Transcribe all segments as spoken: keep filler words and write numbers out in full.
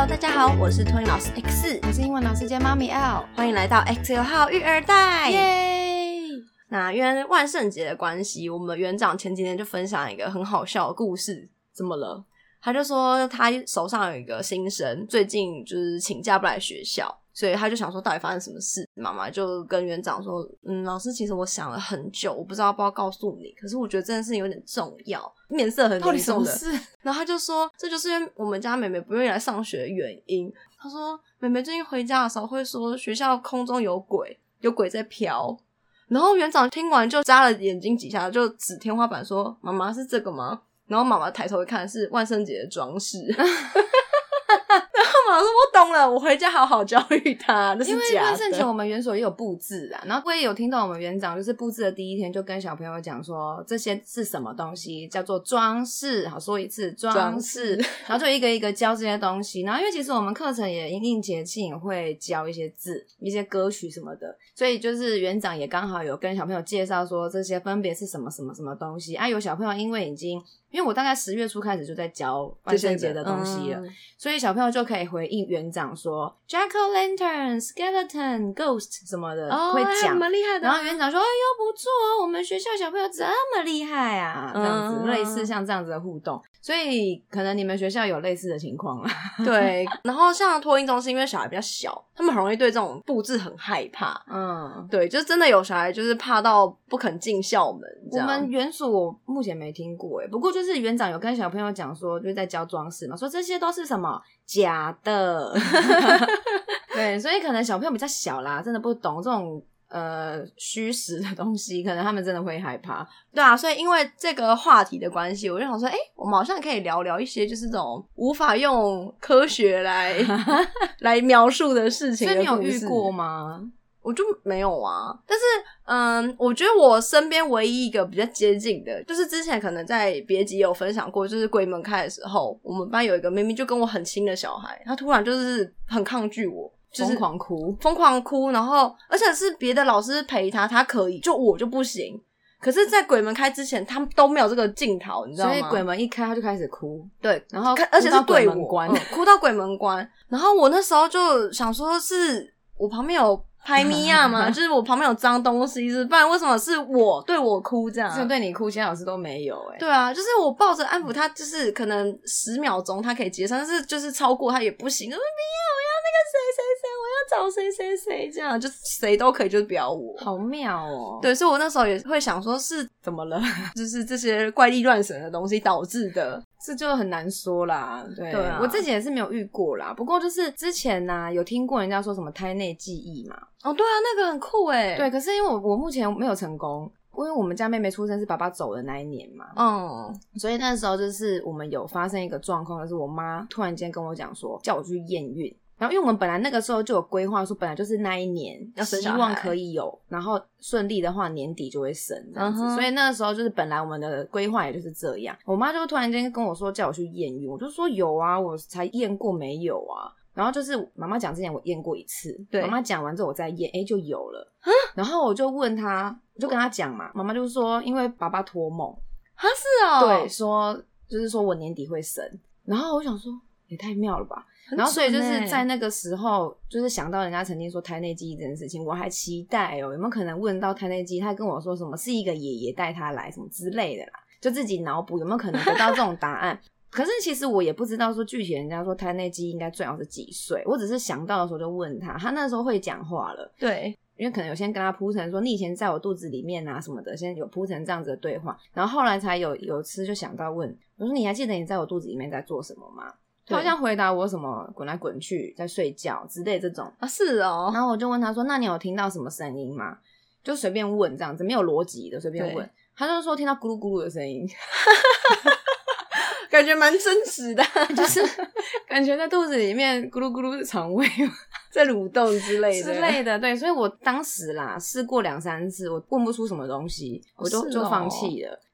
大家好，我是托尼老师 X， 我是英文老师兼妈咪 L， 欢迎来到 X 六号育儿袋， 耶！ 那因为万圣节的关系，我们园长前几天就分享一个很好笑的故事。 怎么了？ 他就说他手上有一个新生，最近就是请假不来学校，所以他就想说到底发生什么事。妈妈就跟园长说，嗯，老师其实我想了很久，我不知道要不要告诉你，可是我觉得这件事情有点重要，面色很凝重的。 到底什么事？ 然后他就说这就是因为我们家妹妹不愿意来上学的原因。他说妹妹最近回家的时候会说学校空中有鬼，有鬼在飘。然后园长听完就眨了眼睛几下，就指天花板说，妈妈是这个吗？然后妈妈抬头一看是万圣节的装饰。然后妈妈说我懂了，我回家好好教育他，那是假的。 因为万圣节我们园所也有布置啊，然后我也有听到我们园长就是布置的第一天就跟小朋友讲说这些是什么东西，叫做装饰，好说一次装饰，然后就一个一个教这些东西。然后因为其实我们课程也因应节庆也会教一些字一些歌曲什么的，所以就是园长也刚好有跟小朋友介绍说这些分别是什么什么什么东西啊。有小朋友因为已经因为我大概十月初开始就在教万圣节的东西了，嗯，所以小朋友就可以回应园长说 Jack-o'-lantern、skeleton、ghost 什么的，哦，会讲， 蛮厉害的。 然后园长说哎呦不错哦，我们学校小朋友这么厉害啊，这样子，嗯，类似像这样子的互动，所以可能你们学校有类似的情况啦。 对，然后像托婴中心因为小孩比较小，他们很容易对这种布置很害怕。嗯，对，就是真的有小孩就是怕到不肯进校门这样。 我们园所我目前没听过耶，不过就是园长有跟小朋友讲说就是在教装饰嘛，说这些都是什么假的。对，所以可能小朋友比较小啦，真的不懂这种呃虚实的东西，可能他们真的会害怕。 对啊，所以因为这个话题的关系，我就想说诶我们好像可以聊聊一些就是这种无法用科学来来描述的事情的故事。 所以你有遇过吗？ 我就没有啊，但是嗯，我觉得我身边唯一一个比较接近的，就是之前可能在别集有分享过，就是鬼门开的时候，我们班有一个明明就跟我很亲的小孩，他突然就是很抗拒我，就是疯狂哭疯狂哭，然后而且是别的老师陪他，他可以，就我就不行。可是在鬼门开之前他们都没有这个镜头，你知道吗？ 所以鬼门一开他就开始哭。 对， 然后而且是对我关、 嗯、哭到鬼门关。然后我那时候就想说是我旁边有拍咪呀嘛，就是我旁边有脏东西，是不然为什么是我对我哭这样？ 是对你哭，其他老师都没有哎，欸。 对啊，就是我抱着安抚他，就是可能十秒钟他可以接受，但是就是超过他也不行。我说不要，我要那个谁谁谁，我要找谁谁谁，这样就谁都可以，就是不要我。 好妙哦！ 对，所以我那时候也会想说，是怎么了？就是这些怪力乱神的东西导致的。 这就很难说啦，对， 对啊， 我自己也是没有遇过啦。不过就是之前啊有听过人家说什么胎内记忆嘛， 哦，对啊，那个很酷诶。 对，可是因为我我目前没有成功，因为我们家妹妹出生是爸爸走的那一年嘛，嗯，所以那时候就是我们有发生一个状况，就是我妈突然间跟我讲说，叫我去验孕。然后因为我们本来那个时候就有规划说本来就是那一年要生小孩， 希望可以有，然后顺利的话年底就会生这样子，嗯，所以那个时候就是本来我们的规划也就是这样。我妈就突然间跟我说叫我去验孕，我就说有啊，我才验过没有啊。然后就是妈妈讲之前我验过一次，对，妈妈讲完之后我再验，诶就有了。然后我就问她，我就跟她讲嘛，妈妈就说因为爸爸托梦啊，是哦， 对，说就是说我年底会生。然后我想说也太妙了吧，然后所以就是在那个时候就是想到人家曾经说胎内记忆这件事情，我还期待哦有没有可能问到胎内记忆，他跟我说什么是一个爷爷带他来什么之类的啦，就自己脑补有没有可能得到这种答案。可是其实我也不知道说具体人家说胎内记忆应该最好是几岁，我只是想到的时候就问他，他那时候会讲话了， 对， 因为可能有先跟他铺陈说你以前在我肚子里面啊什么的，先有铺陈这样子的对话，然后后来才有有次就想到问我说你还记得你在我肚子里面在做什么吗？他好像回答我什么滚来滚去在睡觉之类这种啊，是哦。 然后我就问他说那你有听到什么声音吗？就随便问这样子，没有逻辑的随便问，他就说听到咕噜咕噜的声音。 感觉蛮真实的， 就是感觉在肚子里面咕噜咕噜的肠胃在蠕动之类的之类的。对，所以我当时啦试过两三次，我问不出什么东西，我就、哦、就放弃了。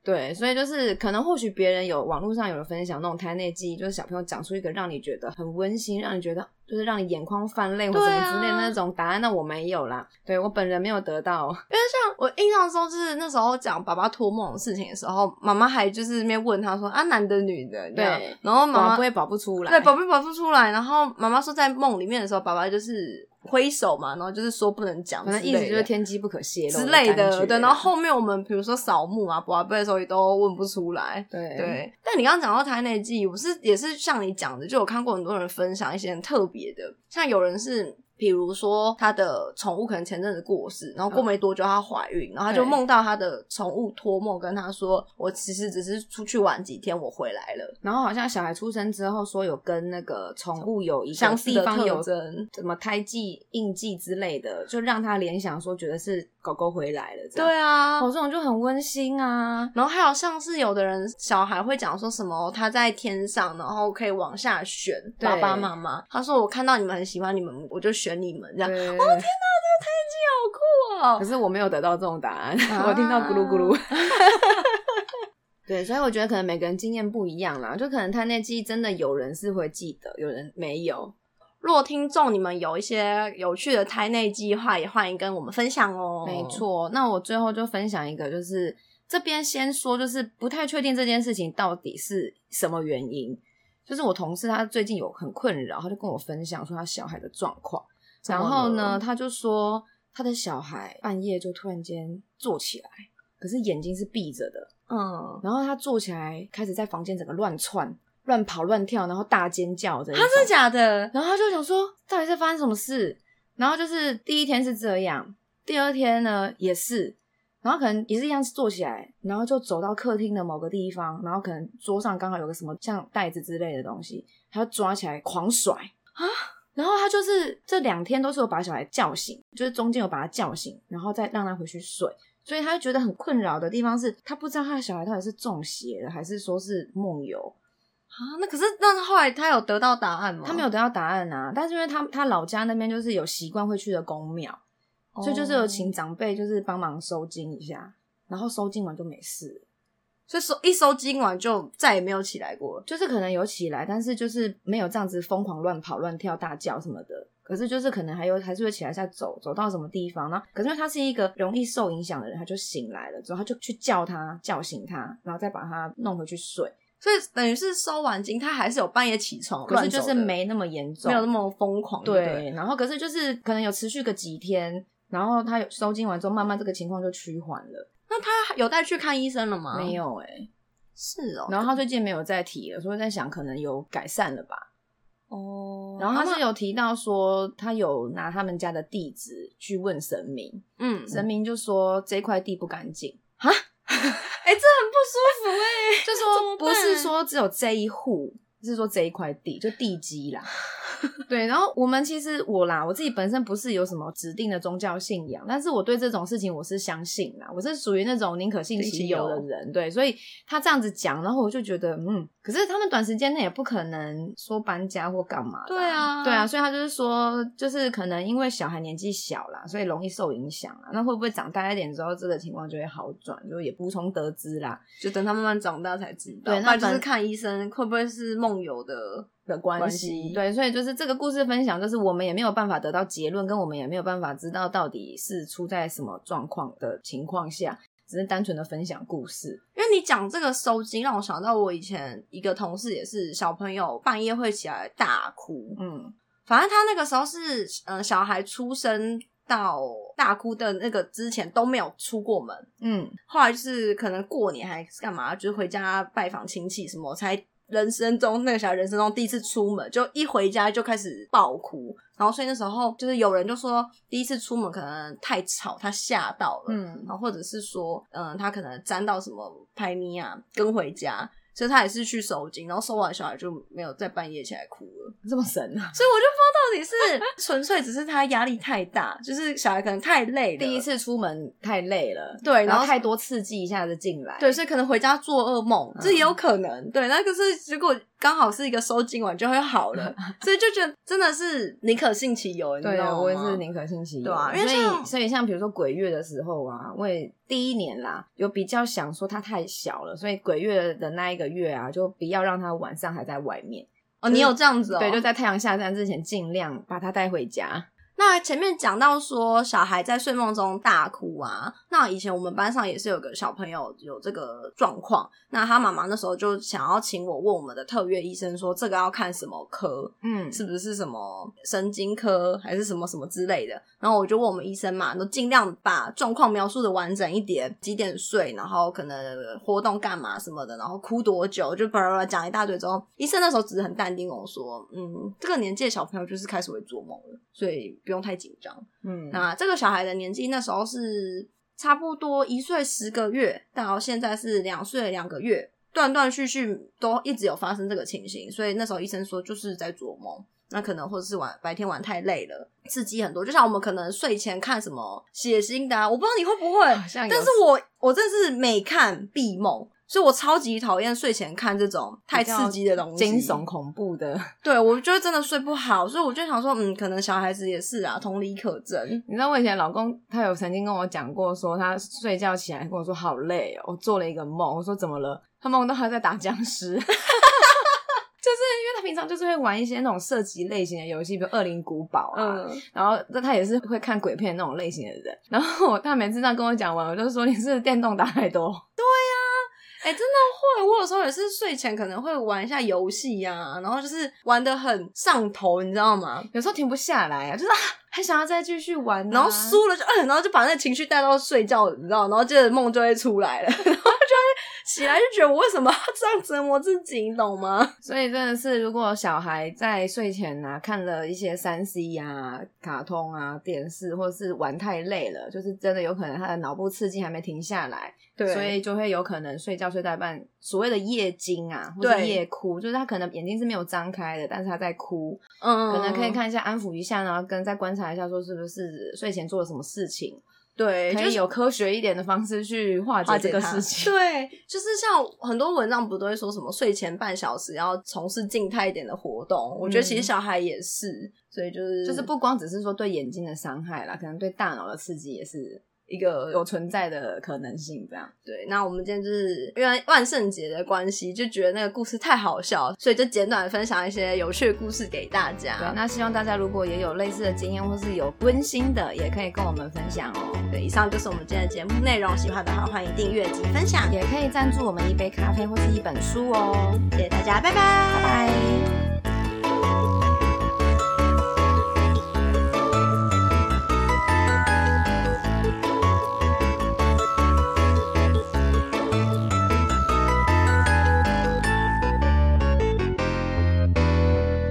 对，所以就是可能或许别人有网络上有人分享那种胎内记忆，就是小朋友讲出一个让你觉得很温馨，让你觉得就是让你眼眶泛泪或什么之类的那种答案，那我没有啦。对，我本人没有得到。 因为像我印象中就是那时候讲爸爸托梦的事情的时候，妈妈还就是那边问他说啊男的女的， 对， 然后妈妈不会保不出来， 对，宝贝保不出来，然后妈妈说在梦里面的时候，爸爸就是挥手嘛，然后就是说不能讲之类的， 反正意思就是天机不可泄露之类的， 对。然后后面我们比如说扫墓啊、拔贝的时候也都问不出来， 对对。但你刚刚讲到胎内记忆，我是也是像你讲的，就有看过很多人分享一些很特别的，像有人是。比如说他的宠物可能前阵子过世，然后过没多久她怀孕，然后他就梦到他的宠物托梦跟他说我其实只是出去玩几天我回来了， 然后好像小孩出生之后说有跟那个宠物有一个相似的地方有特征什么胎记印记之类的，就让他联想说觉得是狗狗回来了这样。 对啊， 哦，这种就很温馨啊。 然后还有像是有的人小孩会讲说什么他在天上然后可以往下选爸爸妈妈，他说我看到你们很喜欢你们我就选你们这样。哦天哪，这个胎记好酷哦。 可是我没有得到这种答案、啊、我听到咕噜咕噜对，所以我觉得可能每个人经验不一样啦，就可能胎内记忆真的有人是会记得，有人没有。 如果听众你们有一些有趣的胎内记忆的话，也欢迎跟我们分享哦。 没错，那我最后就分享一个，就是这边先说，就是不太确定这件事情到底是什么原因。就是我同事他最近有很困扰，他就跟我分享说他小孩的状况，然后呢他就说他的小孩半夜就突然间坐起来，可是眼睛是闭着的， 嗯， 然后他坐起来开始在房间整个乱窜乱跑乱跳，然后大尖叫这一种。 他是假的？ 然后他就想说到底是发生什么事，然后就是第一天是这样，第二天呢也是，然后可能也是一样坐起来，然后就走到客厅的某个地方，然后可能桌上刚好有个什么像袋子之类的东西，他就抓起来狂甩啊，然后他就是这两天都是有把小孩叫醒，就是中间有把他叫醒，然后再让他回去睡，所以他就觉得很困扰的地方是他不知道他的小孩到底是中邪了还是说是梦游啊。那可是那后来他有得到答案吗？ 他没有得到答案啊，但是因为他他老家那边就是有习惯会去的宫庙，所以就是有请长辈就是帮忙收经一下，然后收经完就没事了， 所以收一收经完就再也没有起来过， 就是可能有起来，但是就是没有这样子疯狂乱跑乱跳大叫什么的，可是就是可能还有还是会起来再走走到什么地方，然后可是因为他是一个容易受影响的人，他就醒来了之后他就去叫他叫醒他，然后再把他弄回去睡， 所以等于是收完经他还是有半夜起床， 可是就是没那么严重， 没有那么疯狂。 对, 对， 然后可是就是可能有持续个几天，然后他有收经完之后慢慢这个情况就趋缓了。 那他有带去看医生了吗？ 没有欸。 是哦， 然后他最近没有再提了，所以在想可能有改善了吧。 哦， 然后他是有提到说他有拿他们家的地址去问神明， 嗯， 神明就说这块地不干净啊，哎、欸，这很不舒服哎、欸， 就说不是说只有这一户，是说这一块地就地基啦。对，然后我们其实我啦，我自己本身不是有什么指定的宗教信仰，但是我对这种事情我是相信啦，我是属于那种宁可信其有的人。对，所以他这样子讲，然后我就觉得嗯，可是他们短时间内也不可能说搬家或干嘛。 对啊， 对啊，所以他就是说就是可能因为小孩年纪小啦，所以容易受影响啦，那会不会长大一点之后这个情况就会好转，就也无从得知啦， 就等他慢慢长大才知道。 对，那就是看医生会不会是梦游的的关系。对，所以就是这个故事分享，就是我们也没有办法得到结论，跟我们也没有办法知道到底是出在什么状况的情况下，只是单纯的分享故事。 因为你讲这个收经让我想到我以前一个同事也是小朋友半夜会起来大哭， 嗯， 反正他那个时候是呃小孩出生到大哭的那个之前都没有出过门， 嗯， 后来就是可能过年还是干嘛，就是回家拜访亲戚什么，才人生中那个小孩人生中第一次出门，就一回家就开始爆哭，然后所以那时候就是有人就说第一次出门可能太吵他吓到了， 嗯， 然后或者是说嗯他可能沾到什么拍咪啊跟回家，所以他也是去收经，然后收完小孩就没有在半夜起来哭了， 这么神啊！ 所以我就不知道到底是纯粹只是他压力太大，就是小孩可能太累了， 第一次出门太累了， 对，然后然后太多刺激一下子进来， 对，所以可能回家做噩梦，这也有可能。对，那可是结果刚好是一个收金完就会好了，所以就觉得真的是宁可信其有，你知道吗？ 对，我也是宁可信其有。 对啊，因为所像以所以像比如说鬼月的时候啊，我也第一年啦，有比较想说它太小了，所以鬼月的那一个月啊，就不要让它晚上还在外面。 哦，你有这样子哦？ 对，就在太阳下山之前，尽量把它带回家。 那前面讲到说小孩在睡梦中大哭啊，那以前我们班上也是有个小朋友有这个状况，那他妈妈那时候就想要请我问我们的特约医生说这个要看什么科，嗯，是不是什么神经科还是什么什么之类的，然后我就问我们医生嘛，都尽量把状况描述的完整一点，几点睡，然后可能活动干嘛什么的，然后哭多久，就巴拉巴拉讲一大堆之后，医生那时候只是很淡定跟我说，嗯，这个年纪的小朋友就是开始会做梦了，所以不用太紧张。嗯，那这个小孩的年纪那时候是差不多一岁十个月，到现在是两岁两个月，断断续续都一直有发生这个情形，所以那时候医生说就是在做梦，那可能或者是玩白天玩太累了，刺激很多，就像我们可能睡前看什么血腥的啊，我不知道你会不会，但是我我真的是每看必梦，所以我超级讨厌睡前看这种太刺激的东西， 惊悚恐怖的。 对，我就真的睡不好，所以我就想说，嗯，可能小孩子也是啊，同理可证。 你知道我以前老公他有曾经跟我讲过，说他睡觉起来跟我说好累哦，我做了一个梦。我说怎么了？他梦到他在打僵尸。就是因为他平常就是会玩一些那种射击类型的游戏，比如恶灵古堡啊，嗯、然后他也是会看鬼片那种类型的人。然后他每次这样跟我讲完，我就说你是不是电动打太多？ 对呀、啊，哎、欸，真的会。我有时候也是睡前可能会玩一下游戏呀，然后就是玩得很上头，你知道吗？ 有时候停不下来啊，就是啊，还想要再继续玩、啊， 然后输了就，嗯，然后就把那个情绪带到睡觉，你知道，然后接着梦就会出来了，然后就会起来就觉得我为什么要这样折磨自己，你懂吗？ 所以真的是，如果小孩在睡前啊看了一些三 C 啊、卡通啊、电视，或者是玩太累了，就是真的有可能他的脑部刺激还没停下来，对，所以就会有可能睡觉睡到一半，所谓的夜惊啊，或者夜哭，就是他可能眼睛是没有张开的，但是他在哭，嗯，可能可以看一下安抚一下，然后跟再观察一下说是不是睡前做了什么事情。对，可以有科学一点的方式去化解这个事情。 对，就是像很多文章不都会说什么睡前半小时要从事静态一点的活动，嗯、我觉得其实小孩也是，所以就是就是不光只是说对眼睛的伤害啦，可能对大脑的刺激也是一个有存在的可能性这样。 对，那我们今天就是因为万圣节的关系，就觉得那个故事太好笑，所以就简短的分享一些有趣的故事给大家。 对，那希望大家如果也有类似的经验或是有温馨的，也可以跟我们分享哦。 对，以上就是我们今天的节目内容，喜欢的话欢迎订阅及分享， 也可以赞助我们一杯咖啡或是一本书哦。 谢谢大家，拜拜， 拜拜。